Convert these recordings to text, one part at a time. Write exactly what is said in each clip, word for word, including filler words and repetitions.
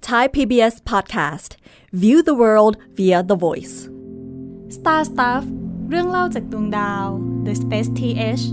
Thai พี บี เอส Podcast View the world via the voice Star Stuff เรื่องเล่าจากดวงดาว The Space ที เอช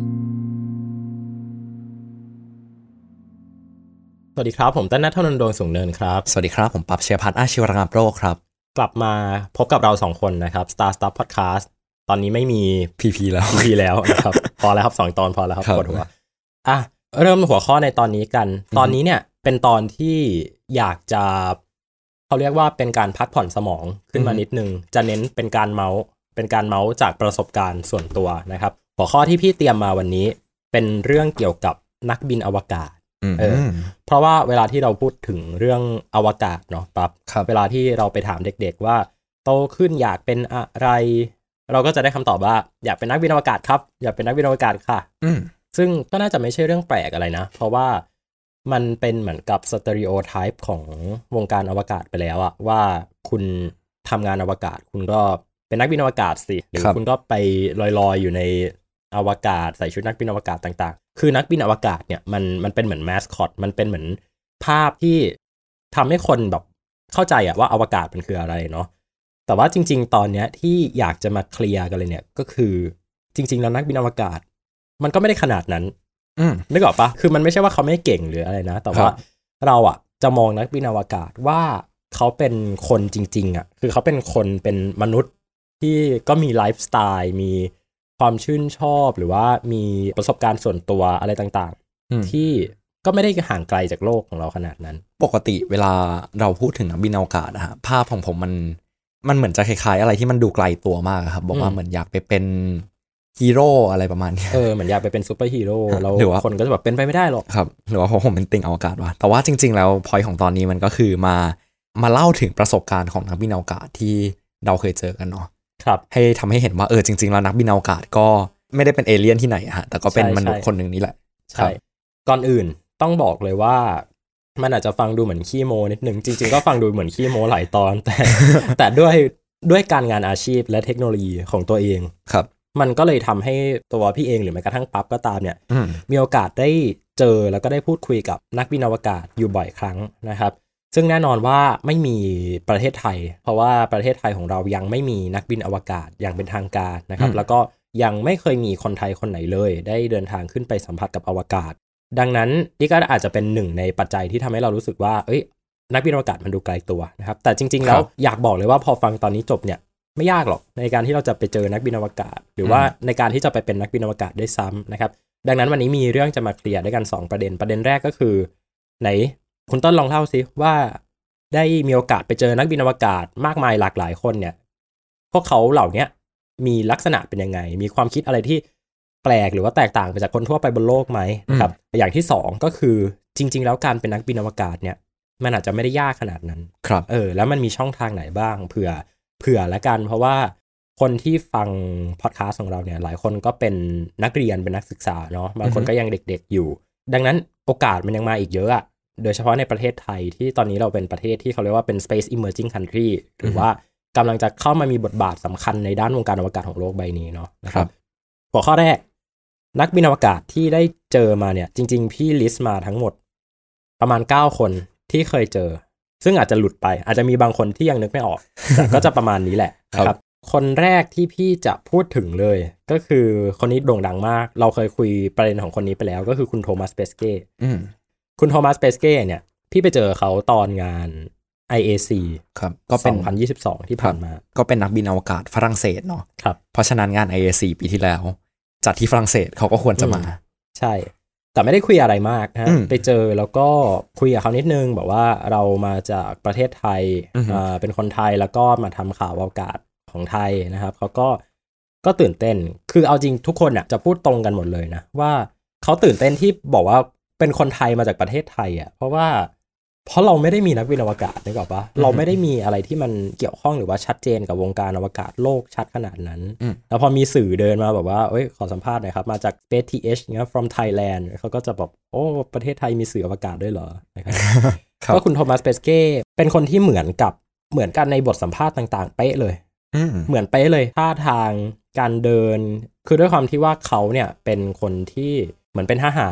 สวัสดีครับผมต้นณัฐ นนท์ ดวงสูงเนินครับสวัสดีครับผมปั๊บเชียร์พัฒน์อาชีวระงับโรคครับกลับมาพบกับเราสองคนนะครับ Star Stuff Podcast ตอนนี้ไม่มีพี พี แล้วพี พี แล้วนะครับพอแล้วครับสองตอนพอแล้วครับปวดหัวอ่ะเริ่มหัวข้อในตอนนี้กันตอนนี้เนี่ยเป็นตอนที่อยากจะเขาเรียกว่าเป็นการพักผ่อนสมองขึ้นมานิดนึงจะเน้นเป็นการเมาส์เป็นการเมาส์จากประสบการณ์ส่วนตัวนะครับหัวข้อที่พี่เตรียมมาวันนี้เป็นเรื่องเกี่ยวกับนักบินอวกาศเออเพราะว่าเวลาที่เราพูดถึงเรื่องอวกาศเนาะปั๊บเวลาที่เราไปถามเด็กๆว่าโตขึ้นอยากเป็นอะไรเราก็จะได้คำตอบว่าอยากเป็นนักบินอวกาศครับอยากเป็นนักบินอวกาศค่ะซึ่งก็น่าจะไม่ใช่เรื่องแปลกอะไรนะเพราะว่ามันเป็นเหมือนกับสเตอริโอไทป์ของวงการอวกาศไปแล้วอะว่าคุณทำงานอวกาศคุณก็เป็นนักบินอวกาศสิหรือคุณก็ไปลอยๆอยู่ในอวกาศใส่ชุดนักบินอวกาศต่างๆคือนักบินอวกาศเนี่ยมันมันเป็นเหมือนแมสคอตมันเป็นเหมือนภาพที่ทำให้คนแบบเข้าใจอะว่าอวกาศมันคืออะไรเนาะแต่ว่าจริงๆตอนเนี้ยที่อยากจะมาเคลียร์กันเลยเนี่ยก็คือจริงๆแล้วนักบินอวกาศมันก็ไม่ได้ขนาดนั้นนึกออกปะคือมันไม่ใช่ว่าเขาไม่เก่งหรืออะไรนะแต่ว่าเราอ่ะจะมองนักบินอวกาศว่าเขาเป็นคนจริงๆอ่ะคือเขาเป็นคนเป็นมนุษย์ที่ก็มีไลฟ์สไตล์มีความชื่นชอบหรือว่ามีประสบการณ์ส่วนตัวอะไรต่างๆที่ก็ไม่ได้ห่างไกลจากโลกของเราขนาดนั้นปกติเวลาเราพูดถึงนักบินอวกาศอะฮะภาพของผมมันมันเหมือนจะคล้ายๆอะไรที่มันดูไกลตัวมากครับบอกว่าเหมือนอยากไปเป็นฮีโร่อะไรประมาณนี้เออเหมือนอยากไปเป็นซูเปอร์ฮีโร่แล้วคนก็จะแบบเป็นไปไม่ได้หรอกครับหรือว่าเพราะผมเป็นติ่งอวกาศวะแต่ว่าจริงๆแล้วพอยต์ของตอนนี้มันก็คือมามาเล่าถึงประสบการณ์ของนักบินอวกาศที่เราเคยเจอกันเนาะครับให้ทำให้เห็นว่าเออจริงๆแล้วนักบินอวกาศก็ไม่ได้เป็นเอเลี่ยนที่ไหนฮะแต่ก็เป็นมนุษย์คนหนึ่งนี่แหละใช่ก่อนอื่นต้องบอกเลยว่ามันอาจจะฟังดูเหมือนขี้โมนิดนึงจริงๆก็ฟังดูเหมือนขี้โมหลายตอนแต่แต่ด้วยด้วยการงานอาชีพและเทคโนโลยีของตัวเองครับมันก็เลยทำให้ตัวพี่เองหรือแม้กระทั่งปั๊บก็ตามเนี่ยมีโอกาสได้เจอแล้วก็ได้พูดคุยกับนักบินอวกาศอยู่บ่อยครั้งนะครับซึ่งแน่นอนว่าไม่มีประเทศไทยเพราะว่าประเทศไทยของเรายังไม่มีนักบินอวกาศอย่างเป็นทางการนะครับแล้วก็ยังไม่เคยมีคนไทยคนไหนเลยได้เดินทางขึ้นไปสัมผัสกับอวกาศดังนั้นนี่ก็อาจจะเป็นหนึ่งในปัจจัยที่ทำให้เรารู้สึกว่าเอ้ยนักบินอวกาศมันดูไกลตัวนะครับแต่จริงๆแล้วอยากบอกเลยว่าพอฟังตอนนี้จบเนี่ยไม่ยากหรอกในการที่เราจะไปเจอนักบินอวกาศหรือว่าในการที่จะไปเป็นนักบินอวกาศได้ซ้ำนะครับดังนั้นวันนี้มีเรื่องจะมาเคลียร์ด้วยกันสองประเด็นประเด็นแรกก็คือไหนคุณต้นลองเล่าสิว่าได้มีโอกาสไปเจอนักบินอวกาศมากมายหลากหลายคนเนี่ยพวกเขาเหล่านี้มีลักษณะเป็นยังไงมีความคิดอะไรที่แปลกหรือว่าแตกต่างไปจากคนทั่วไปบนโลกไหมนะครับอย่างที่สองก็คือจริงๆแล้วการเป็นนักบินอวกาศเนี่ยมันอาจจะไม่ได้ยากขนาดนั้นครับเออแล้วมันมีช่องทางไหนบ้างเผื่อเผื่อละกันเพราะว่าคนที่ฟังพอดคาสต์ของเราเนี่ยหลายคนก็เป็นนักเรียนเป็นนักศึกษาเนาะบางคนก็ยังเด็กๆอยู่ดังนั้นโอกาสมันยังมาอีกเยอะอะโดยเฉพาะในประเทศไทยที่ตอนนี้เราเป็นประเทศที่เขาเรียกว่าเป็น Space Emerging Country หรือว่ากำลังจะเข้ามามีบทบาทสำคัญในด้านวงการอวกาศของโลกใบนี้เนาะนะครับหัวข้อแรกนักบินอวกาศที่ได้เจอมาเนี่ยจริงๆพี่ลิสต์มาทั้งหมดประมาณเก้าคนที่เคยเจอซึ่งอาจจะหลุดไปอาจจะมีบางคนที่ยังนึกไม่ออกแต่ก็จะประมาณนี้แหละนะครับคนแรกที่พี่จะพูดถึงเลยก็คือคนนี้โด่งดังมากเราเคยคุยประเด็นของคนนี้ไปแล้วก็คือคุณโทมัสเปสเก้คุณโทมัสเปสเก้เนี่ยพี่ไปเจอเขาตอนงาน ไอ เอ ซีครับก็เป็นสองพันยี่สิบสองที่ผ่านมาก็เป็นนักบินอวกาศฝรั่งเศสเนาะครับเพราะฉะนั้นงาน ไอ เอ ซี ปีที่แล้วจัดที่ฝรั่งเศสเขาก็ควรจะมาใช่แต่ไม่ได้คุยอะไรมากนะไปเจอแล้วก็คุยกับเขานิดนึงบอกว่าเรามาจากประเทศไทยอ่าเป็นคนไทยแล้วก็มาทำข่าวอวกาศของไทยนะครับเขาก็ก็ตื่นเต้นคือเอาจริงทุกคนอ่ะจะพูดตรงกันหมดเลยนะว่าเขาตื่นเต้นที่บอกว่าเป็นคนไทยมาจากประเทศไทยอ่ะเพราะว่าเพราะเราไม่ได้มีนักบินอวกาศนึกออกปะเราไม่ได้มีอะไรที่มันเกี่ยวข้องหรือว่าชัดเจนกับวงการอวกาศโลกชัดขนาดนั้นแล้วพอมีสื่อเดินมาแบบว่าเอ้ยขอสัมภาษณ์หน่อยครับมาจาก Space ที เอช เงี้ย from Thailand เขาก็จะแบบโอ้ประเทศไทยมีสื่ออวกาศด้วยเหรอนะครับก็คุณโทมัสเปสเก้เป็นคนที่เหมือนกับเหมือนกันในบทสัมภาษณ์ต่างๆเป๊ะเลยเหมือนเป๊ะเลยท่าทางการเดินคือด้วยความที่ว่าเขาเนี่ยเป็นคนที่เหมือนเป็นทหารเนาะ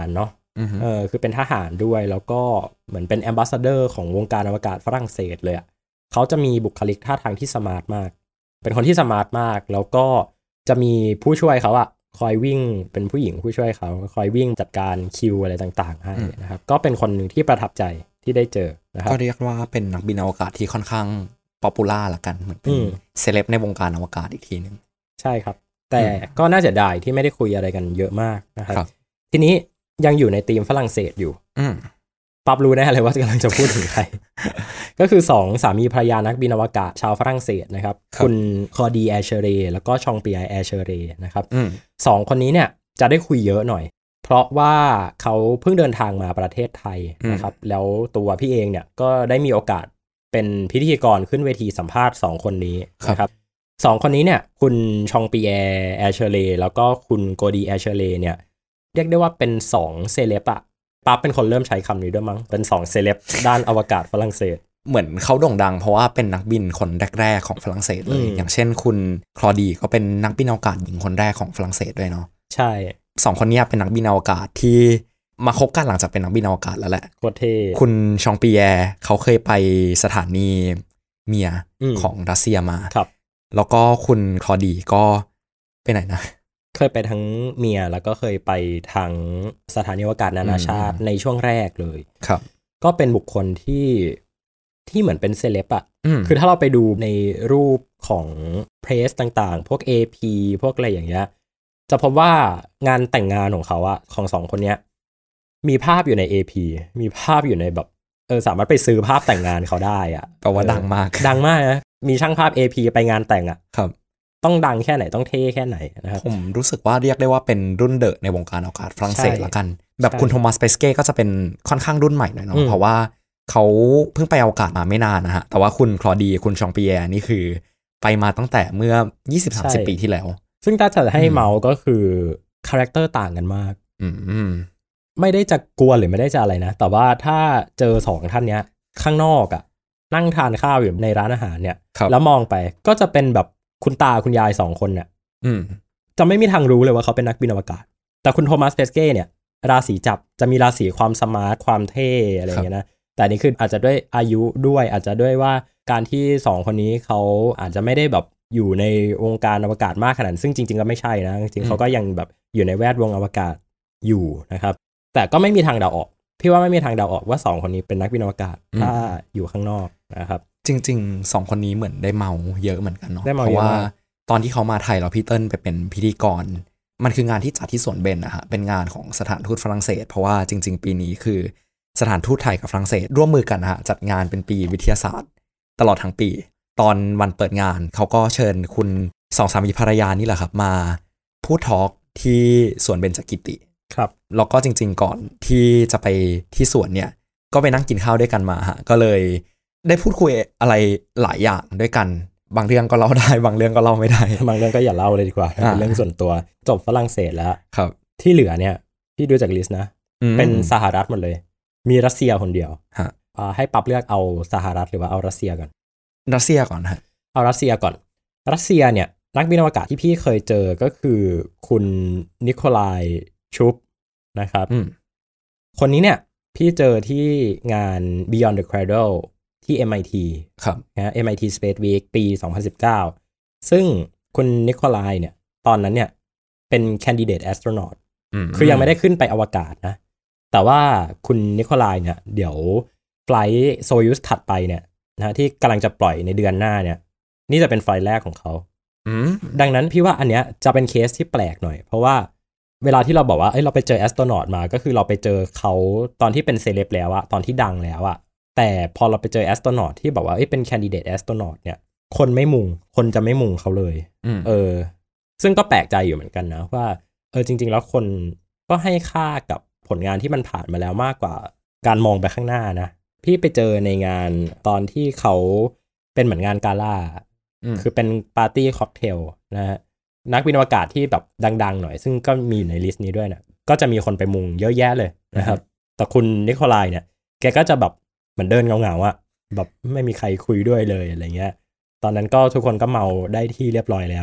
เออคือเป็นทหารด้วยแล้วก็เหมือนเป็นแอมบาสเดอร์ของวงการอวกาศฝรั่งเศสเลยอ่ะเขาจะมีบุคลิกท่าทางที่สมาร์ทมากเป็นคนที่สมาร์ทมากแล้วก็จะมีผู้ช่วยเขาอ่ะคอยวิ่งเป็นผู้หญิงผู้ช่วยเขาคอยวิ่งจัดการคิวอะไรต่างๆให้นะครับก็เป็นคนหนึ่งที่ประทับใจที่ได้เจอนะครับก็เรียกว่าเป็นนักบินอวกาศที่ค่อนข้างป๊อปปูล่าละกันเหมือนเป็นเซเลบในวงการอวกาศอีกทีนึงใช่ครับแต่ก็น่าเสียดายที่ไม่ได้คุยอะไรกันเยอะมากนะครับทีนี้ยังอยู่ในธีมฝรั่งเศสอยู่ปั๊บรู้แน่เลยว่ากำลังจะพูดถึงใคร ก็คือสองสามีภรรยานักบินอวกาศชาวฝรั่งเศสนะครับคุณคอดีแอร์เชเรแล้วก็ชองเปียร์แอร์เชเรนะครับสองคนนี้เนี่ยจะได้คุยเยอะหน่อยเพราะว่าเขาเพิ่งเดินทางมาประเทศไทยนะครับแล้วตัวพี่เองเนี่ยก็ได้มีโอกาสเป็นพิธีกรขึ้นเวทีสัมภาษณ์สองคนนี้นะครับสองคนนี้เนี่ยคุณชองเปียร์แอร์เชเรแล้วก็คุณโกดีแอร์เชเรเนี่ยเรียกได้ว่าเป็นสองเซเลบอะปั๊บเป็นคนเริ่มใช้คำนี้ด้วยมั้งเป็นสองเซเลบด้านอวกาศฝรั่งเศสเหมือนเขาโด่งดังเพราะว่าเป็นนักบินคนแรกๆของฝรั่งเศสเลยอย่างเช่นคุณคลอดีก็เป็นนักบินอวกาศหญิงคนแรกของฝรั่งเศสด้วยเนาะใช่สองคนนี้เป็นนักบินอวกาศที่มาคบกันหลังจากเป็นนักบินอวกาศแล้วแหละโคตรเท่คุณชองปีแยร์เขาเคยไปสถานีเมียของรัสเซียมาครับแล้วก็คุณคลอดีก็ไปไหนนะเคยไปทั้งเมียแล้วก็เคยไปทางสถานีอวกาศนานาชาติในช่วงแรกเลยครับก็เป็นบุคคลที่ที่เหมือนเป็นเซเลบอ่ะคือถ้าเราไปดูในรูปของเพรสต่างๆพวก เอ พี พวกอะไรอย่างเงี้ยจะพบว่างานแต่งงานของเขาอะของสองคนเนี้ยมีภาพอยู่ใน เอ พี มีภาพอยู่ในแบบเออสามารถไปซื้อภาพแต่งงานเขาได้อ่ะแปลว่าดังมากดังมากนะมีช่างภาพ เอ พี ไปงานแต่งอ่ะครับต้องดังแค่ไหนต้องเท่แค่ไหนนะครับผมรู้สึกว่าเรียกได้ว่าเป็นรุ่นเดอะในวงการอวกาศฝรั่งเศสละกันแบบคุณโทมัสเปสเก้ก็จะเป็นค่อนข้างรุ่นใหม่หน่อยเนาะเพราะว่าเขาเพิ่งไปอวกาศมาไม่นานนะฮะแต่ว่าคุณคลอดีคุณชองปีแยร์นี่คือไปมาตั้งแต่เมื่อ ยี่สิบถึงสามสิบ ปีที่แล้วซึ่งถ้าจะให้เมาก็คือคาแรคเตอร์ต่างกันมากไม่ได้จะกลัวหรือไม่ได้จะอะไรนะแต่ว่าถ้าเจอสองท่านเนี้ยข้างนอกอ่ะนั่งทานข้าวอยู่ในร้านอาหารเนี่ยแล้วมองไปก็จะเป็นแบบคุณตาคุณยายสองคนเนี่ยจะไม่มีทางรู้เลยว่าเขาเป็นนักบินอวกาศแต่คุณโทมัสเปสเก้เนี่ยราศีจับจะมีราศีความสมาร์ทความเท่อะไรอย่างเงี้ยนะแต่นี่คืออาจจะด้วยอายุด้วยอาจจะด้วยว่าการที่สองคนนี้เขาอาจจะไม่ได้แบบอยู่ในวงการอวกาศมากขนาดซึ่งจริงๆก็ไม่ใช่นะจริงๆเขาก็ยังแบบอยู่ในแวดวงอวกาศอยู่นะครับแต่ก็ไม่มีทางเดาออกพี่ว่าไม่มีทางเดาออกว่าสองคนนี้เป็นนักบินอวกาศถ้าอยู่ข้างนอกนะครับจริงๆสองคนนี้เหมือนได้เมาเยอะเหมือนกันเนาะเพราะว่าตอนที่เขามาไทยแล้วพี่เติ้ลไปเป็นพิธีกรมันคืองานที่จัดที่สวนเบญนะฮะเป็นงานของสถานทูตฝรั่งเศสเพราะว่าจริงๆปีนี้คือสถานทูตไทยกับฝรั่งเศสร่วมมือกันนะฮะจัดงานเป็นปีวิทยาศาสตร์ตลอดทั้งปีตอนวันเปิดงานเขาก็เชิญคุณสองสามีภรรยานี่แหละครับมาพูดทอล์กที่สวนเบญจกิติครับแล้วก็จริงๆก่อนที่จะไปที่สวนเนี่ยก็ไปนั่งกินข้าวด้วยกันมาฮะก็เลยได้พูดคุยอะไรหลายอย่างด้วยกันบางเรื่องก็เล่าได้บางเรื่องก็เล่าไม่ได้บางเรื่องก็อย่าเล่าเลยดีกว่าเป็นเรื่องส่วนตัวจบฝรั่งเศสแล้วครับที่เหลือเนี่ยพี่ดูจากลิสต์นะเป็นสหรัฐหมดเลยมีรัสเซียคนเดียวฮะให้ปรับเลือกเอาสหรัฐหรือว่าเอารัสเซียก่อนรัสเซียก่อนฮะเอารัสเซียก่อนรัสเซียเนี่ยนักบินอวกาศที่พี่เคยเจอก็คือคุณนิโคลายชุปนะครับคนนี้เนี่ยพี่เจอที่งาน Beyond the Cradle ที่ เอ็ม ไอ ทีครับนะ เอ็ม ไอ ที Space Week ปีสองพันสิบเก้าซึ่งคุณนิโคลายเนี่ยตอนนั้นเนี่ยเป็น candidate astronaut คือยังไม่ได้ขึ้นไปอวกาศนะแต่ว่าคุณนิโคลายเนี่ยเดี๋ยวไฟลท์โซยูสถัดไปเนี่ยนะที่กำลังจะปล่อยในเดือนหน้าเนี่ยนี่จะเป็นไฟล์แรกของเขาดังนั้นพี่ว่าอันเนี้ยจะเป็นเคสที่แปลกหน่อยเพราะว่าเวลาที่เราบอกว่าเอ้ยเราไปเจอแอสโตรนอตมาก็คือเราไปเจอเขาตอนที่เป็นเซเลบแล้วอะตอนที่ดังแล้วอะแต่พอเราไปเจอแอสโตรนอตที่บอกว่าเอ้ยเป็นแคนดิเดตแอสโตรนอตเนี่ยคนไม่มุงคนจะไม่มุงเขาเลยเออซึ่งก็แปลกใจอยู่เหมือนกันนะว่าเออจริงๆแล้วคนก็ให้ค่ากับผลงานที่มันผ่านมาแล้วมากกว่าการมองไปข้างหน้านะพี่ไปเจอในงานตอนที่เขาเป็นเหมือนงานกาล่าคือเป็นปาร์ตี้ค็อกเทลนะฮะนักบินอวกาศที่แบบดังๆหน่อยซึ่งก็มีอยู่ในลิสต์นี้ด้วยนะก็จะมีคนไปมุงเยอะแยะเลยนะครับแต่คุณนิโคลายเนี่ยแกก็จะแบบเหมือนเดินเงาๆอ่ะแบบไม่มีใครคุยด้วยเลยอะไรเงี้ยตอนนั้นก็ทุกคนก็เมาได้ที่เรียบร้อยแล้ว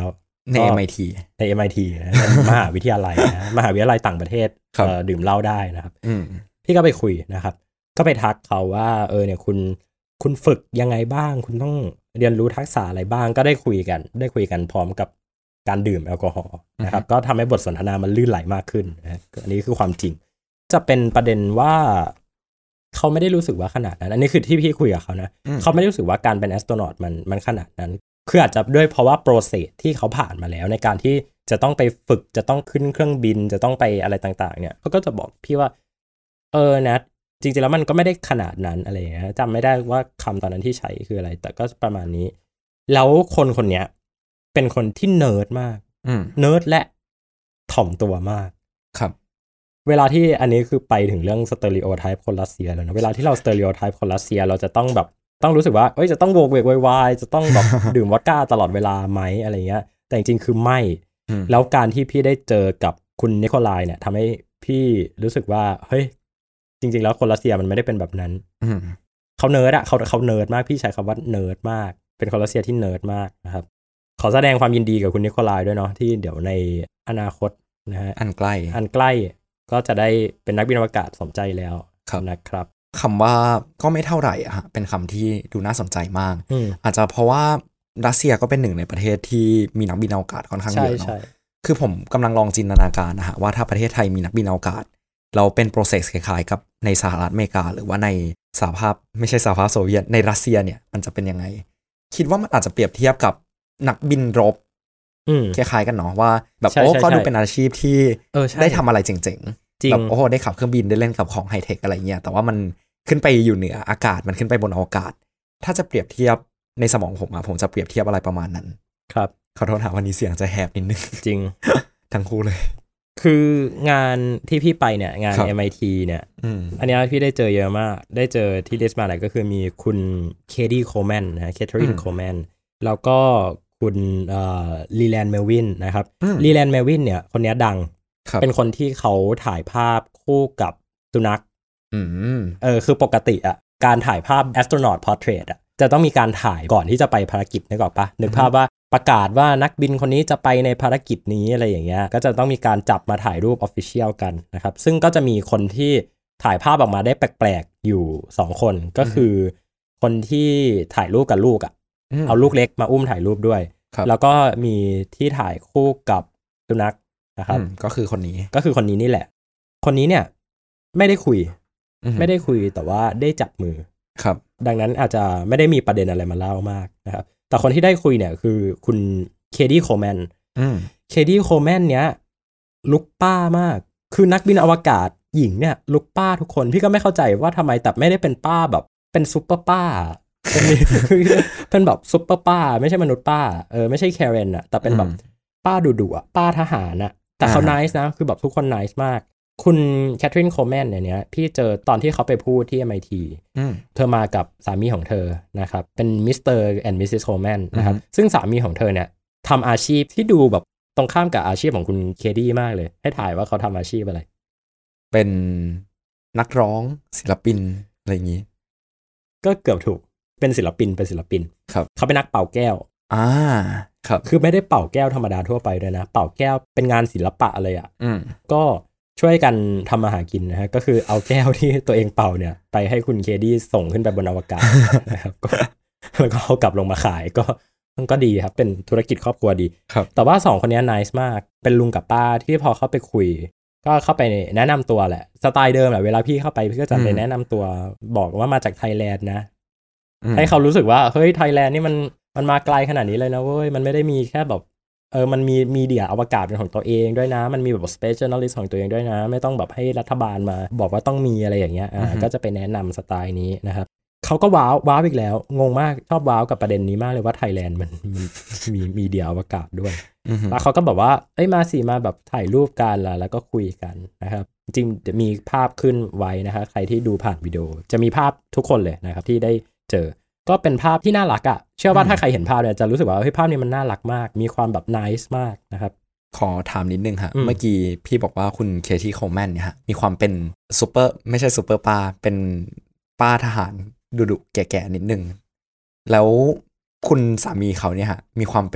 ใน เอ็ม ไอ ทีใน เอ็ม ไอ ที นะมหาวิทยาลัยนะมหาวิทยาลัยต่างประเทศดื่มเหล้าได้นะครับพี่ก็ไปคุยนะครับก็ไปทักเขาว่าเออเนี่ยคุณคุณฝึกยังไงบ้างคุณต้องเรียนรู้ทักษะอะไรบ้างก็ได้คุยกันได้คุยกันพร้อมกับการดื่มแอลกอฮอล์นะครับก็ทำให้บทสนทนามันลื่นไหลมากขึ้นนะอันนี้คือความจริงจะเป็นประเด็นว่าเขาไม่ได้รู้สึกว่าขนาดนั้นอันนี้คือที่พี่คุยกับเขานะเขาไม่ได้รู้สึกว่าการเป็นแอสโตรนอตมันมันขนาดนั้นคืออาจจะด้วยเพราะว่าโปรเซสที่เขาผ่านมาแล้วในการที่จะต้องไปฝึกจะต้องขึ้นเครื่องบินจะต้องไปอะไรต่างๆเนี่ยเขาก็จะบอกพี่ว่าเออนะจริงๆแล้วมันก็ไม่ได้ขนาดนั้นอะไรอย่างเงี้ยจำไม่ได้ว่าคำตอนนั้นที่ใช้คืออะไรแต่ก็ประมาณนี้แล้วคนคนเนี้ยเป็นคนที่เนิร์ดมากเนิร์ดและถ่อมตัวมากครับเวลาที่อันนี้คือไปถึงเรื่องสเตอริโอไทป์คนรัสเซียแล้วนะเวลาที่เราสเตอริโอไทป์คนรัสเซียเราจะต้องแบบต้องรู้สึกว่าเอ้ยจะต้องโวกเวกวายจะต้องแบบ ดื่มวอดก้าตลอดเวลาไหมอะไรเงี้ยแต่จริงๆคือไม่แล้วการที่พี่ได้เจอกับคุณนิโคลายเนี่ยทำให้พี่รู้สึกว่าเฮ้ยจริงๆแล้วคนรัสเซียมันไม่ได้เป็นแบบนั้นเขาเนิร์ดอะเขาเขาเนิร์ดมากพี่ใช้คำว่าเนิร์ดมากเป็นคนรัสเซียที่เนิร์ดมากนะครับขอแสดงความยินดีกับคุณนิโคลายด้วยเนาะที่เดี๋ยวในอนาคตนะฮะอันใกล้อันใกล้ก็จะได้เป็นนักบินอวกาศสมใจแล้วนะครับคำว่าก็ไม่เท่าไหร่อะเป็นคำที่ดูน่าสนใจมาก อาจจะเพราะว่ารัสเซียก็เป็นหนึ่งในประเทศที่มีนักบินอวกาศค่อนข้างเยอะเนาะคือผมกำลังลองจินตนาการนะฮะว่าถ้าประเทศไทยมีนักบินอวกาศเราเป็นโปรเซสคล้ายๆกับในสหรัฐอเมริกาหรือว่าในสหภาพไม่ใช่สหภาพโซเวียตในรัสเซียเนี่ยมันจะเป็นยังไงคิดว่ามันอาจจะเปรียบเทียบกับนักบินรบคล้ายๆกันเนาะว่าแบบโอ้เขาดูเป็นอาชีพที่ได้ทำอะไรเจ๋งๆแบบโอ้ได้ขับเครื่องบินได้เล่นกับของไฮเทคอะไรเงี้ยแต่ว่ามันขึ้นไปอยู่เหนืออากาศมันขึ้นไปบนอวกาศถ้าจะเปรียบเทียบในสมองผมอะผมจะเปรียบเทียบอะไรประมาณนั้นครับขอโทษนะวันนี้เสียงจะแหบนิดนึงจริงทั้งคู่เลยคืองานที่พี่ไปเนี่ยงาน เอ็ม ไอ ที เนี่ย อ, อันนี้พี่ได้เจอเยอะมากได้เจอที่ลิสต์มาไหนก็คือมีคุณเคดี้โคลแมนนะฮะแคทเธอรีนโคลแมนแล้วก็คุณลีแลนด์เมลวินนะครับลีแลนด์เมลวินเนี่ยคนนี้ดังเป็นคนที่เขาถ่ายภาพคู่กับสุนัขเออคือปกติอ่ะการถ่ายภาพ astronaut portrait อ่ะจะต้องมีการถ่ายก่อนที่จะไปภารกิจนึกออกปะนึกภาพว่าประกาศว่านักบินคนนี้จะไปในภารกิจนี้อะไรอย่างเงี้ยก็จะต้องมีการจับมาถ่ายรูป official กันนะครับซึ่งก็จะมีคนที่ถ่ายภาพออกมาได้แปลกๆอยู่สองคนก็คือคนที่ถ่ายรูปกับลูกอ่ะเอาลูกเล็กมาอุ้มถ่ายรูปด้วยแล้วก็มีที่ถ่ายคู่กับสุนัขนะครับก็คือคนนี้ก็คือคนนี้นี่แหละคนนี้เนี่ยไม่ได้คุยไม่ได้คุยแต่ว่าได้จับมือครับดังนั้นอาจจะไม่ได้มีประเด็นอะไรมาเล่ามากนะครับแต่คนที่ได้คุยเนี่ยคือคุณเคดี้โคลแมนเคดี้โคลแมนเนี้ยลุกป้ามากคือนักบินอวกาศหญิงเนี่ยลุกป้าทุกคนพี่ก็ไม่เข้าใจว่าทำไมแต่ไม่ได้เป็นป้าแบบเป็นซุปเปอร์ป้าเป็นเป็นแบบซุปเปอร์ป้าไม่ใช่มนุษย์ป้าเออไม่ใช่แคเรนอะแต่เป็นแบบป้าดุๆอะป้าทหารอะแต่เขาไนซ์นะคือแบบทุกคนไนซ์มากคุณแคทเธอรีนโคลแมนเนี่ยพี่เจอตอนที่เขาไปพูดที่ เอ็ม ไอ ที เธอมากับสามีของเธอนะครับเป็นมิสเตอร์แอนด์มิสซิสโคลแมนนะครับซึ่งสามีของเธอเนี่ยทำอาชีพที่ดูแบบตรงข้ามกับอาชีพของคุณเคดี้มากเลยให้ถ่ายว่าเขาทำอาชีพอะไรเป็นนักร้องศิลปินอะไรอย่างนี้ก็เกือบถูกเป็นศิลปินเป็นศิลปินครับเขาเป็นนักเป่าแก้วอ่าครับคือไม่ได้เป่าแก้วธรรมดาทั่วไปด้วยนะเป่าแก้วเป็นงานศิลปะเลยอ่ะก็ช่วยกันทำมาหากินนะฮะก็คือเอาแก้วที่ตัวเองเป่าเนี่ยไปให้คุณเคดี้ส่งขึ้นไปบนอวกาศนะครับก็แล้วก็เอากลับลงมาขายก็มันก็ดีครับเป็นธุรกิจครอบครัวดีแต่ว่าสองคนนี้ไนซ์มากเป็นลุงกับป้าที่พอเข้าไปคุยก็เข้าไปแนะนำตัวแหละสไตล์เดิมแหละเวลาพี่เข้าไปพี่ก็จะไปแนะนำตัวบอกว่ามาจากไทยแลนด์นะให้เขารู้สึกว่าเฮ้ยไทยแลนด์นี่มันมันมาไกลขนาดนี้เลยนะเว้ยมันไม่ได้มีแค่แบบเออมันมีมีเดียอวกาศเป็นของตัวเองด้วยนะมันมีแบบ space journalist ของตัวเองด้วยนะไม่ต้องแบบให้รัฐบาลมาบอกว่าต้องมีอะไรอย่างเงี้ยอ่าก็จะไปแนะนำสไตล์นี้นะครับเขาก็ว้าวว้าวอีกแล้วงงมากชอบว้าวกับประเด็นนี้มากเลยว่าไทยแลนด์มันมีมีเดียอวกาศด้วยแล้วเขาก็บอกว่าเอ้ยมาสิมาแบบถ่ายรูปกันละแล้วก็คุยกันนะครับจริงจะมีภาพขึ้นไว้นะครับใครที่ดูผ่านวิดีโอจะมีภาพทุกคนเลยนะครับที่ได้เจอก็เป็นภาพที่น่ารักอ่ะเชื่อว่าถ้าใครเห็นภาพเนี่ยจะรู้สึกว่าเฮ้ยภาพนี้มันน่ารักมากมีความแบบไนซ์มากนะครับขอถามนิดนึงฮะเมื่อกี้พี่บอกว่าคุณเคที่โคลแมนเนี่ยฮะมีความเป็นซูเปอร์ไม่ใช่ซูเปอร์ป้าเป็นป้าทหารดุๆแก่ๆนิดนึงแล้วคุณสามีเขาเนี่ยฮะมีความเป็นแบบ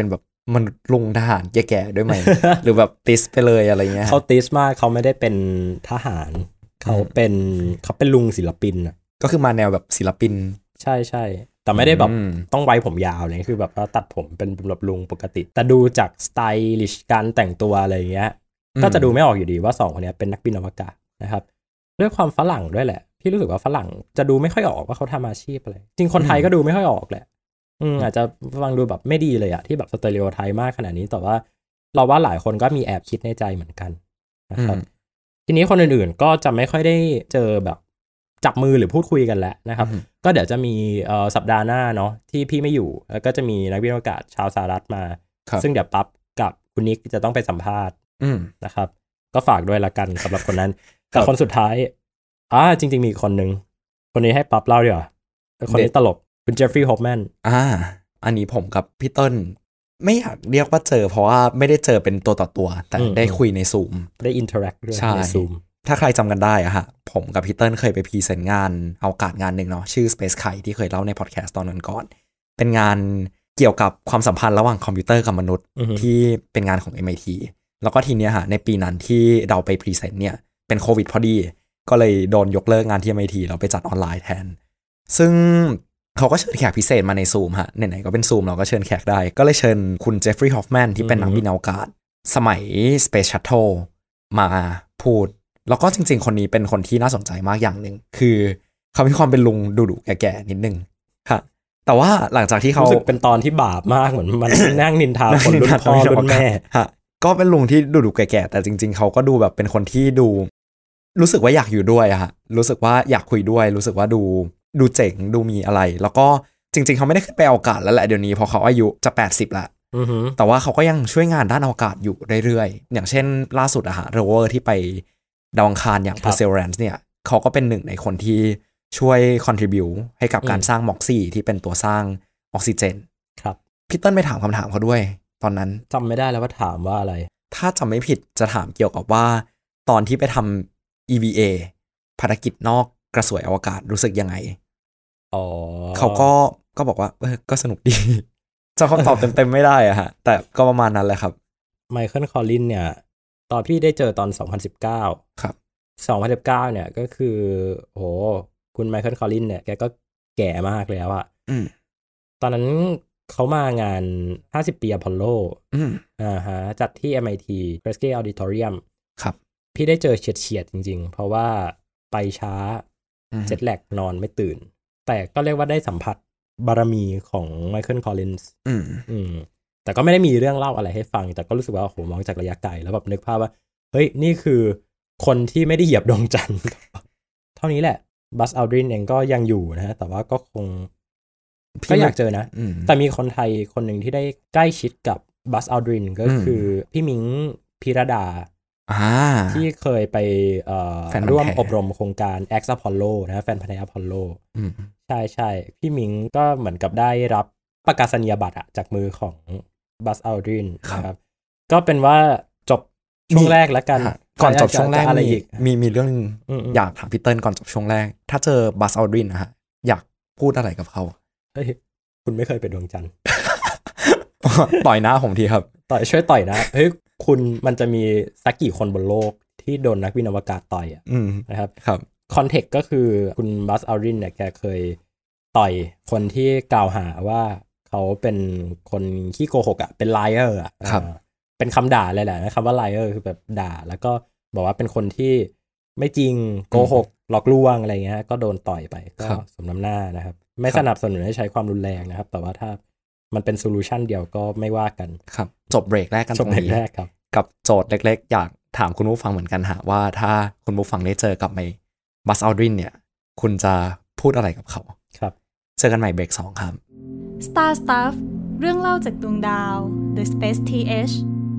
มันลุงทหารแก่ๆด้วยไหม หรือแบบติสไปเลยอะไรเงี้ยเขาติสมากเขาไม่ได้เป็นทหารเขาเป็นเขาเป็นลุงศิลปินอ่ะก็คือมาแนวแบบศิลปินใช่ใช่แต่ไม่ได้แบบต้องไว้ผมยาวเลยคือแบบว่าตัดผมเป็นแบบลุงปกติแต่ดูจากสไตลิชการแต่งตัวอะไรเงี้ยก็จะดูไม่ออกอยู่ดีว่าสองคนนี้เป็นนักบินอวกาศนะครับด้วยความฝรั่งด้วยแหละพี่รู้สึกว่าฝรั่งจะดูไม่ค่อยออกว่าเขาทำอาชีพอะไรจริงคนไทยก็ดูไม่ค่อยออกแหละอืมอาจจะฟังดูแบบไม่ดีเลยอะที่แบบสเตอริโอไทป์มากขนาดนี้แต่ว่าเราว่าหลายคนก็มีแอบคิดในใจเหมือนกันนะครับทีนี้คนอื่นๆก็จะไม่ค่อยได้เจอแบบจับมือหรือพูดคุยกันแล้วนะครับก็เดี๋ยวจะมีเอ่อสัปดาห์หน้าเนาะที่พี่ไม่อยู่แล้วก็จะมีนักวิทยาศาสตร์ชาวสหรัฐมาซึ่งเดี๋ยวปั๊บกับคุณนิกจะต้องไปสัมภาษณ์นะครับก็ฝากด้วยละกันสำหรับคนนั้นแต่คนสุดท้ายอ่าจริงๆมีคนหนึ่งคนนี้ให้ปั๊บเล่าดีกว่าคนนี้ตลกคุณเจฟฟรีย์ ฮอฟแมนอ่าอันนี้ผมกับพี่เติ้ลไม่อยากเรียกว่าเจอเพราะว่าไม่ได้เจอเป็นตัวต่อตัวแต่ได้คุยในซูมได้อินเทอร์แอคด้วยในซูมถ้าใครจำกันได้อะฮะผมกับพี่เติ้ลเคยไปพรีเซนต์งานอวกาศงานหนึ่งเนาะชื่อ Space Kite ที่เคยเล่าในพอดแคสต์ตอนนั้นก่อนเป็นงานเกี่ยวกับความสัมพันธ์ระหว่างคอมพิวเตอร์กับมนุษย์ที่เป็นงานของ เอ็ม ไอ ที แล้วก็ทีเนี้ยฮะในปีนั้นที่เราไปพรีเซนต์เนี่ยเป็นโควิดพอดีก็เลยโดนยกเลิกงานที่ เอ็ม ไอ ที เราไปจัดออนไลน์แทนซึ่งเขาก็เชิญแขกพิเศษมาในซูมฮะไหนๆก็เป็นซูมเราก็เชิญแขกได้ก็เลยเชิญคุณเจฟฟรีย์ ฮอฟแมนที่เป็นนักบินอวกาศสมัย Space Shuttle มาพูดแล้วก็จริงๆคนนี้เป็นคนที่น่าสนใจมากอย่างหนึ่งคือเขามีความเป็นลุงดุๆแก่ๆนิดนึงค่ะแต่ว่าหลังจากที่เขารู้สึกเป็นตอนที่บาปมากเหมือนมัน นั่งนินทาคนรุ่นพ่อรุ่นแม่ฮะก็เป็นลุงที่ดุๆแก่ๆแต่จริงๆเขาก็ดูแบบเป็นคนที่ดูรู้สึกว่าอยากอยู่ด้วยอะฮะรู้สึกว่าอยากคุยด้วยรู้สึกว่าดูดูเจ๋งดูมีอะไรแล้วก็จริงๆเขาไม่ได้ขึ้นไปอวกาศแล้วแหละเดี๋ยวนี้เพราะเขาอายุจะแปดสิบละแต่ว่าเขาก็ยังช่วยงานด้านอวกาศอยู่เรื่อยๆอย่างเช่นล่าสุดอะฮะโรเวอร์ที่ไปดาวอังคารอย่าง Perseverance เนี่ยเขาก็เป็นหนึ่งในคนที่ช่วย contribute ให้กับการสร้าง Moxie ที่เป็นตัวสร้างออกซิเจนครับพี่เติ้ลไปถามคำถามเขาด้วยตอนนั้นจำไม่ได้แล้วว่าถามว่าอะไรถ้าจำไม่ผิดจะถามเกี่ยวกับว่าตอนที่ไปทำ อี วี เอ ภารกิจนอกกระสวยอวกาศรู้สึกยังไงอ๋อเขาก็ก็บอกว่าเออก็สนุกดีจะคำตอบเต็มๆไม่ได้อะฮะแต่ก็ประมาณนั้นแหละครับไมเคิลคอลลินเนี่ยตอนพี่ได้เจอตอนสองพันสิบเก้าครับสองพันสิบเก้าเนี่ยก็คือโหคุณไมเคิลคอลลินเนี่ยแกก็แก่มากแล้วอะตอนนั้นเขามางานห้าสิบปีอพอลโลอ่าฮะจัดที่ เอ็ม ไอ ที Kresge Auditorium ครับพี่ได้เจอเฉียดๆจริงๆเพราะว่าไปช้าเจ็ตแลกนอนไม่ตื่นแต่ก็เรียกว่าได้สัมผัสบารมีของไมเคิลคอลลินส์อืมอืมแต่ก็ไม่ได้มีเรื่องเล่าอะไรให้ฟังแต่ก็รู้สึกว่าโหมองจากระยะไกลแล้วแบบนึกภาพว่าเฮ้ยนี่คือคนที่ไม่ได้เหยียบดวงจันทร์ เท่านี้แหละบัสอัลดรินเองก็ยังอยู่นะฮะแต่ว่าก็คงก็อยากเจอนะแต่มีคนไทยคนหนึ่งที่ได้ใกล้ชิดกับบัสอัลดรินก็คือพี่มิงพิรดาที่เคยไปร่วมอบรมโครงการ X Apollo นะแฟนพันธุ์ Apollo ใช่ใช่พี่มิงก็เหมือนกับได้รับประกาศนียบัตรอะจากมือของบัสอัลดรินนะครับก็เป็นว่าจบช่วงแรกแล้วกันก่อนจบช่วงแรกอะไรอีกมีมีเรื่องอยากถามพี่เติ้ลก่อนจบช่วงแรกถ้าเจอบัสอัลดรินนะฮะอยากพูดอะไรกับเขาเฮ้ยคุณไม่เคยไปดวงจันทร์ต่อยหน้าผมทีครับต่อยช่วยต่อยนะเฮ้ยคุณมันจะมีสักกี่คนบนโลกที่โดนนักบินอวกาศต่อยอ่ะนะครับครับคอนเทกต์ก็คือคุณบัสอัลดรินเนี่ยแกเคยต่อยคนที่กล่าวหาว่าเขาเป็นคนขี้โกหกอ่ะเป็นไลเออร์อ่ะเป็นคำด่าเลยแหละนะครับว่าไลเออร์คือแบบด่าแล้วก็บอกว่าเป็นคนที่ไม่จริงโกหกหลอกลวงอะไรเงี้ยก็โดนต่อยไปก็สมน้ำหน้านะครับไม่สนับสนุนให้ใช้ความรุนแรงนะครับแต่ว่าถ้ามันเป็นโซลูชันเดียวก็ไม่ว่ากันครับจบเบรกแรกกันตรงนี้กับโจทย์เล็กๆอยากถามคุณผู้ฟังเหมือนกันฮะว่าถ้าคุณผู้ฟังได้เจอกับไอ้บัสอัลดรินเนี่ยคุณจะพูดอะไรกับเขาครับเจอกันใหม่เบรกสองครับ Star Stuff เรื่องเล่าจากดวงดาว The Space ที เอช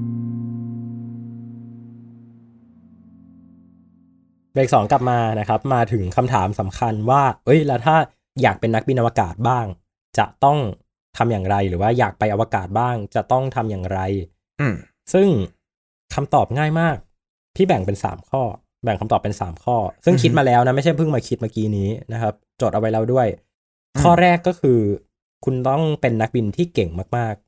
เบรกสองกลับมานะครับมาถึงคำถามสำคัญว่าเอ้ยแล้วถ้าอยากเป็นนักบินอวกาศบ้างจะต้องทำอย่างไรหรือว่าอยากไปอวกาศบ้างจะต้องทำอย่างไรซึ่งคำตอบง่ายมากพี่แบ่งเป็นสามข้อแบ่งคำตอบเป็นสามข้อซึ่งคิดมาแล้วนะไม่ใช่เพิ่งมาคิดเมื่อกี้นี้นะครับจดเอาไว้แล้วด้วยข้อแรกก็คือคุณต้องเป็นนักบินที่เก่งมาก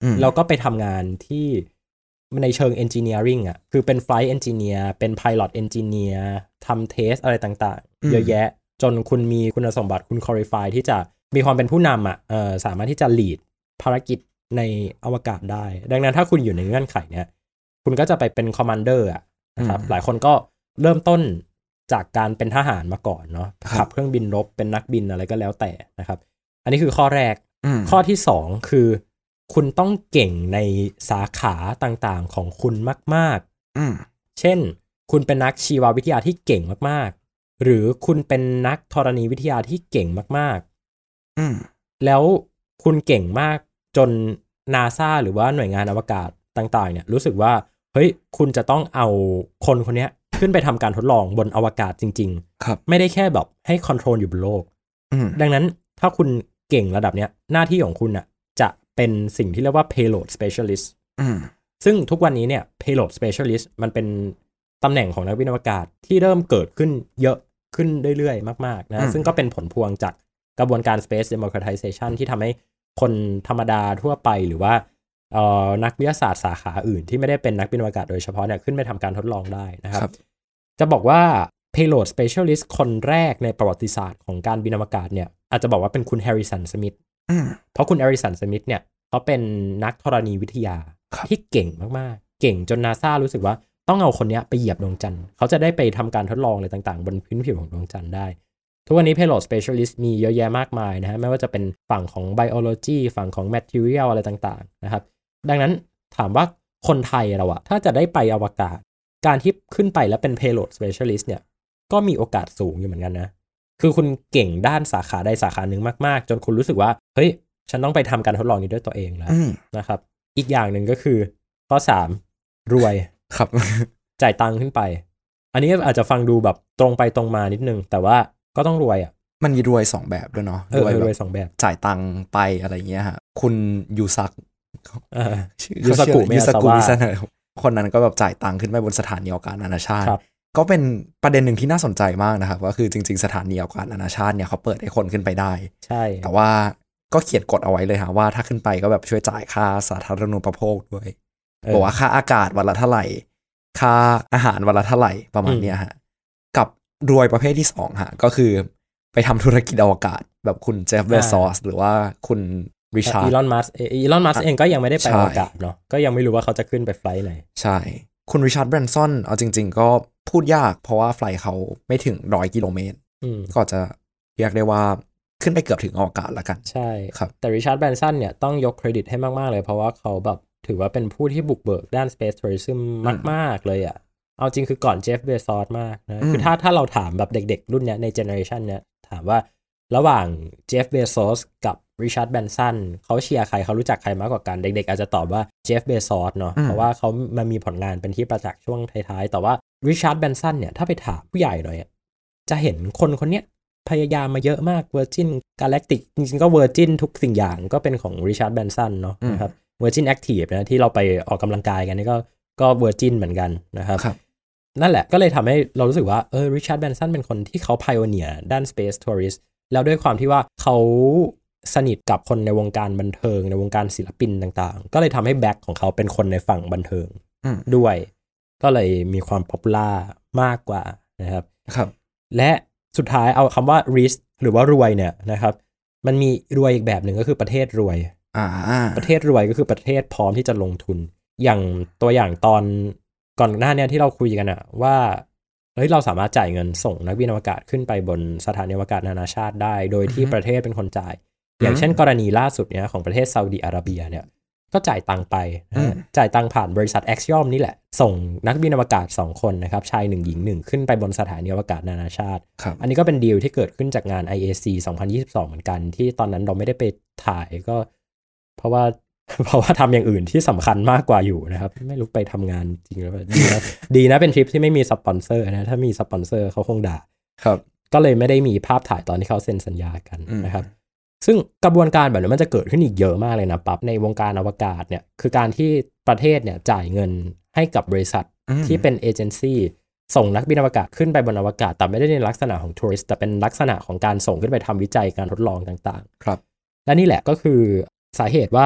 แล้วก็ไปทำงานที่ในเชิง engineering อ่ะคือเป็น flight engineer เป็น pilot engineer ทำเทสอะไรต่างๆเยอะแยะจนคุณมีคุณสมบัติคุณ qualify ที่จะมีความเป็นผู้นำอ่ะเออสามารถที่จะ lead ภารกิจในอวกาศได้ดังนั้นถ้าคุณอยู่ในเงื่อนไขเนี้ยคุณก็จะไปเป็น commander อ่ะนะครับหลายคนก็เริ่มต้นจากการเป็นทหารมาก่อนเนาะขับเครื่องบินรบเป็นนักบินอะไรก็แล้วแต่นะครับอันนี้คือข้อแรกข้อที่สองคือคุณต้องเก่งในสาขาต่างๆของคุณมากๆเช่นคุณเป็นนักชีววิทยาที่เก่งมากๆหรือคุณเป็นนักธรณีวิทยาที่เก่งมากๆแล้วคุณเก่งมากจน NASA หรือว่าหน่วยงานอวกาศต่างๆเนี่ยรู้สึกว่าเฮ้ยคุณจะต้องเอาคนคนนี้ขึ้นไปทำการทดลองบนอวกาศจริงๆไม่ได้แค่แบบให้คอนโทรลอยู่บนโลกดังนั้นถ้าคุณเก่งระดับเนี้ยหน้าที่ของคุณอ่ะจะเป็นสิ่งที่เรียกว่า payload specialist ซึ่งทุกวันนี้เนี่ย payload specialist มันเป็นตำแหน่งของนักบินอวกาศที่เริ่มเกิดขึ้นเยอะขึ้นเรื่อยๆมากๆนะซึ่งก็เป็นผลพวงจากกระบวนการ space democratization ที่ทำให้คนธรรมดาทั่วไปหรือว่าเอ่อนักวิทยาศาสตร์สาขาอื่นที่ไม่ได้เป็นนักบินอวกาศโดยเฉพาะเนี่ยขึ้นไปทำการทดลองได้นะครับจะบอกว่า payload specialist คนแรกในประวัติศาสตร์ของการบินอวกาศเนี่ยอาจจะบอกว่าเป็นคุณแฮร์ริสันสมิธเพราะคุณแฮร์ริสันสมิธเนี่ยเขาเป็นนักธรณีวิทยาที่เก่งมากๆเก่งจน NASA รู้สึกว่าต้องเอาคนนี้ไปเหยียบดวงจันทร์เขาจะได้ไปทำการทดลองอะไรต่างๆบนพื้นผิวของดวงจันทร์ได้ทุกวันนี้ payload specialist มีเยอะแยะมากมายนะฮะไม่ว่าจะเป็นฝั่งของ biology ฝั่งของ material อะไรต่างๆนะครับดังนั้นถามว่าคนไทยเราอะถ้าจะได้ไปอวกาศการที่ขึ้นไปแล้วเป็น payload specialist เนี่ยก็มีโอกาสสูงอยู่เหมือนกันนะคือคุณเก่งด้านสาขาใดสาขาหนึ่งมากๆจนคุณรู้สึกว่าเฮ้ยฉันต้องไปทำการทดลองนี้ด้วยตัวเองแล้วนะครับอีกอย่างหนึ่งก็คือข้อสามรวยครับจ่ายตังค์ขึ้นไปอันนี้อาจจะฟังดูแบบตรงไปตรงมานิดนึงแต่ว่าก็ต้องรวยอ่ะมันมีรวยสองแบบด้วยเนาะรวยรวยสองแบบจ่ายตังค์ไปอะไรเงี้ยฮะคุณยูซักยูซักุยูซักุมิซะนะคนนั้นก็แบบจ่ายตังค์ขึ้นไปบนสถานีอวกาศนานาชาติก็เป็นประเด็นหนึ่งที่น่าสนใจมากนะครับก็คือจริงๆสถานีอวกาศนานาชาติเนี่ยเขาเปิดให้คนขึ้นไปได้ใช่แต่ว่าก็เขียนกฎเอาไว้เลยฮะว่าถ้าขึ้นไปก็แบบช่วยจ่ายค่าสาธารณูปโภคด้วยบอกว่าค่าอากาศวันละเท่าไหร่ค่าอาหารวันละเท่าไหร่ประมาณนี้ฮะกับรวยประเภทที่สองฮะก็คือไปทำธุรกิจอวกาศแบบคุณเจฟเบซอสหรือว่าคุณริชาร์ดอีลอนมัสก์อีลอนมัสก์เองก็ยังไม่ได้ไปอวกาศเนาะก็ยังไม่รู้ว่าเขาจะขึ้นไปไฟล์ไหนใช่คุณริชาร์ดแบรนซอนเอาจริงๆก็พูดยากเพราะว่าไฟล์เขาไม่ถึงร้อยกิโลเมตรก็จะเรียกได้ว่าขึ้นไปเกือบถึงอวกาศแล้วกันใช่ครับแต่ริชาร์ดแบรนสันเนี่ยต้องยกเครดิตให้มากๆเลยเพราะว่าเขาแบบถือว่าเป็นผู้ที่บุกเบิกด้าน Space Tourism มากๆเลยอ่ะเอาจริงคือก่อนเจฟเบซอสมากนะคือถ้าถ้าเราถามแบบเด็กๆรุ่นเนี้ยในเจเนอเรชันเนี้ยถามว่าระหว่างเจฟเบซอสกับริชาร์ดแบรนสันเขาเชียร์ใครเขารู้จักใครมากกว่ากันเด็กๆอาจจะตอบว่าเจฟเบซอสเนาะเพราะว่าเขามามีผลงานเป็นที่ประจักษ์ช่วงท้ายๆแต่ว่าริชาร์ดแบรนสันเนี่ยถ้าไปถามผู้ใหญ่หน่อยจะเห็นคนคนเนี้ยพยายามมาเยอะมาก Virgin Galactic จริงๆก็ Virgin ทุกสิ่งอย่างก็เป็นของ Richard Branson เนาะนะครับ Virgin Active นะที่เราไปออกกำลังกายกันนี่ก็ก็ Virgin เหมือนกันนะครับนั่นแหละก็เลยทำให้เรารู้สึกว่าเออ Richard Branson เป็นคนที่เขา pioneer ด้าน Space Tourist แล้วด้วยความที่ว่าเขาสนิทกับคนในวงการบันเทิงในวงการศิลปินต่างๆก็เลยทำให้แบ็คของเขาเป็นคนในฝั่งบันเทิงด้วยก็เลยมีความ popular มากกว่านะครับครับและสุดท้ายเอาคำว่า rich หรือว่ารวยเนี่ยนะครับมันมีรวยอีกแบบหนึ่งก็คือประเทศรวยอ่าประเทศรวยก็คือประเทศพร้อมที่จะลงทุนอย่างตัวอย่างตอนก่อนหน้านี้ที่เราคุยกันอะว่าเฮ้ยเราสามารถจ่ายเงินส่งนักบินอวกาศขึ้นไปบนสถานีอวกาศนานาชาติได้โดยที่ประเทศเป็นคนจ่ายอย่างเช่นกรณีล่าสุดเนี่ยของประเทศซาอุดิอาระเบียเนี่ยก็จ่ายตังไปจ่ายตังผ่านบริษัท Axiom นี่แหละส่งนักบินอวกาศสองคนนะครับชายหนึ่งหญิงหนึ่งขึ้นไปบนสถานีอวกาศนานาชาติอันนี้ก็เป็นดีลที่เกิดขึ้นจากงาน ไอ เอ ซี สองพันยี่สิบสองเหมือนกันที่ตอนนั้นเราไม่ได้ไปถ่ายก็เพราะว่าเพราะว่าทำอย่างอื่นที่สำคัญมากกว่าอยู่นะครับไม่รู้ไปทำงานจริงหรือเปล่าดีนะดีนะเป็นทริปที่ไม่มีสปอนเซอร์นะถ้ามีสปอนเซอร์เขาคงด่าครับก็เลยไม่ได้มีภาพถ่ายตอนที่เขาเซ็นสัญญากันนะครับซึ่งกระบวนการแบบนี้มันจะเกิดขึ้นอีกเยอะมากเลยนะปั๊บในวงการอวกาศเนี่ยคือการที่ประเทศเนี่ยจ่ายเงินให้กับบริษัทที่เป็นเอเจนซี่ส่งนักบินอวกาศขึ้นไปบนอวกาศแต่ไม่ได้ในลักษณะของทัวริสต์แต่เป็นลักษณะของการส่งขึ้นไปทำวิจัยการทดลองต่างๆครับและนี่แหละก็คือสาเหตุว่า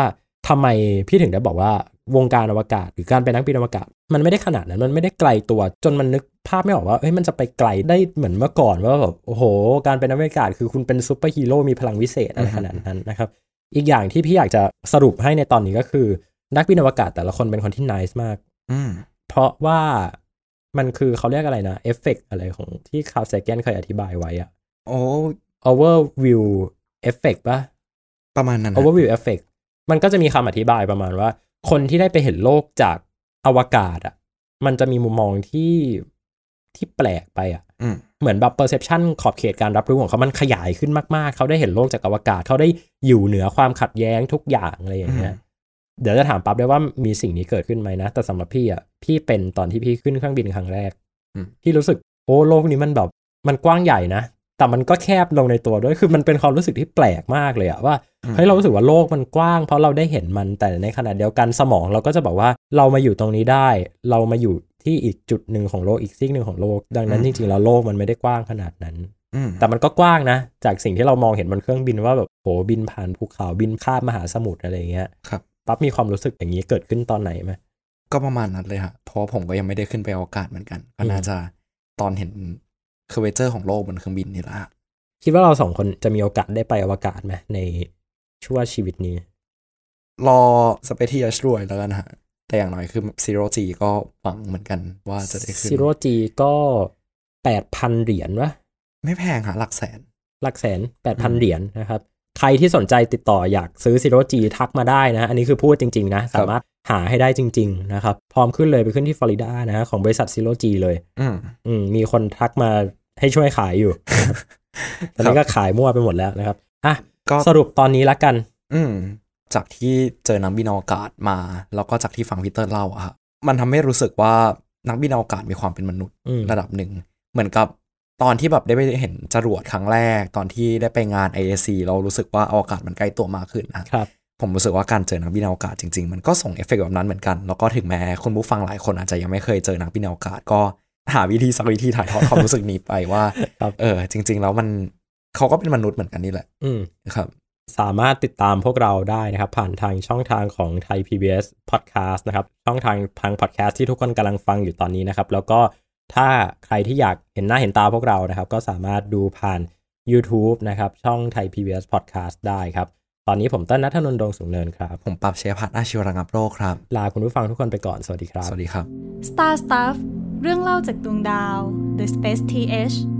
ทำไมพี่ถึงได้บอกว่าวงการอวกาศหรือการเป็นนักบินอวกาศมันไม่ได้ขนาดนั้นมันไม่ได้ไกลตัวจนมันนึกภาพไม่ออกว่าเอ้ยมันจะไปไกลได้เหมือนเมื่อก่อนว่าแบบโอ้โหการเป็นนักบินอวกาศคือคุณเป็นซูเปอร์ฮีโร่มีพลังวิเศษอะไรขนาดนั้นนะครับอีกอย่างที่พี่อยากจะสรุปให้ในตอนนี้ก็คือนักบินอวกาศแต่ละคนเป็นคนที่ nice มากเพราะว่ามันคือเขาเรียกอะไรนะเอฟเฟกต์อะไรของที่คาร์ล เซแกนเคยอธิบายไว้อะโอ้ overview effect ป่ะประมาณนั้น overview effect มันก็จะมีคำอธิบายประมาณว่าคนที่ได้ไปเห็นโลกจากอวกาศอ่ะมันจะมีมุมมองที่ที่แปลกไปอ่ะเหมือนแบบ perception ขอบเขตการรับรู้ของเขามันขยายขึ้นมากๆเขาได้เห็นโลกจากอวกาศเขาได้อยู่เหนือความขัดแย้งทุกอย่างอะไรอย่างเงี้ยเดี๋ยวจะถามปั๊บได้ว่ามีสิ่งนี้เกิดขึ้นไหมนะแต่สำหรับพี่อ่ะพี่เป็นตอนที่พี่ขึ้นเครื่องบินครั้งแรกพี่รู้สึกโอ้โลกนี้มันแบบมันกว้างใหญ่นะแต่มันก็แคบลงในตัวด้วยคือมันเป็นความรู้สึกที่แปลกมากเลยอะว่าเฮ้ยเรารู้สึกว่าโลกมันกว้างเพราะเราได้เห็นมันแต่ในขณะเดียวกันสมองเราก็จะบอกว่าเรามาอยู่ตรงนี้ได้เรามาอยู่ที่อีกจุดหนึ่งของโลกอีกซีกหนึ่งของโลกดังนั้นจริงๆแล้วโลกมันไม่ได้กว้างขนาดนั้นแต่มันก็กว้างนะจากสิ่งที่เรามองเห็นบนเครื่องบินว่าแบบโหบินผ่านภูเขาบินข้ามมหาสมุทรอะไรอย่างเงี้ยครับปั๊บมีความรู้สึกอย่างนี้เกิดขึ้นตอนไหนไหมก็ประมาณนั้นเลยฮะเพราะผมก็ยังไม่ได้ขึ้นไปอวกาศเหมือนกันก็น่าจะตอนเห็นเคอร์เวเจอร์ของโลกบนเครื่องบินนี่แหละคิดว่าเราสองคนจะมีโอกาสได้ไปอวกาศไหมในช่วงชีวิตนี้รอสเปซที่จะช่วยแล้วกันฮะแต่อย่างน้อยคือ Zero G ก็หวังเหมือนกันว่าจะได้ขึ้น Zero G ก็ แปดพัน เหรียญวะไม่แพงฮะหลักแสนหลักแสน แปดพัน เหรียญนะครับใครที่สนใจติดต่ออยากซื้อ Zero G ทักมาได้นะอันนี้คือพูดจริงๆนะสามารถหาให้ได้จริงๆนะครับพร้อมขึ้นเลยไปขึ้นที่ฟลอริดานะของบริษัท Zero G เลยอืมอืมมีคนทักมาให้ช่วยขายอยู่ ตอนนี้ก็ขายมั่วไปหมดแล้วนะครับอ่ะก็สรุปตอนนี้ละกันอืมจากที่เจอนักบินอวกาศมาแล้วก็จากที่ฟังพีเตอร์เล่าอะครับมันทำให้รู้สึกว่านักบินอวกาศมีความเป็นมนุษย์ระดับหนึ่งเหมือนกับตอนที่แบบได้ไปเห็นจรวดครั้งแรกตอนที่ได้ไปงาน ไอ เอ ซี เรารู้สึกว่าอวกาศมันใกล้ตัวมากขึ้นนะครับผมรู้สึกว่าการเจอนักบินอวกาศจริงๆมันก็ส่งเอฟเฟกต์แบบนั้นเหมือนกันแล้วก็ถึงแม้คุณผู้ฟังหลายคนอาจจะยังไม่เคยเจอนักบินอวกาศก็หาวิธีสักวิธีถ่ายทอดความรู้สึกนี้ไปว่าเออจริงๆแล้วมันเขาก็เป็นมนุษย์เหมือนกันนี่แหละครับสามารถติดตามพวกเราได้นะครับผ่านทางช่องทางของ Thai พี บี เอส Podcast นะครับช่องทางทาง podcast ที่ทุกคนกำลังฟังอยู่ตอนนี้นะครับแล้วก็ถ้าใครที่อยากเห็นหน้าเห็นตาพวกเรานะครับก็สามารถดูผ่าน YouTube นะครับช่อง Thai พี บี เอส Podcast ได้ครับตอนนี้ผมเต้นณัฐนนท์ ดวงสูงเนินครับผมปรับเชยพัฒน์อาชีวระงับโรคครับลาคุณผู้ฟังทุกคนไปก่อนสวัสดีครับสวัสดีครับ Star Stuff เรื่องเล่าจากดวงดาว The Space ที เอช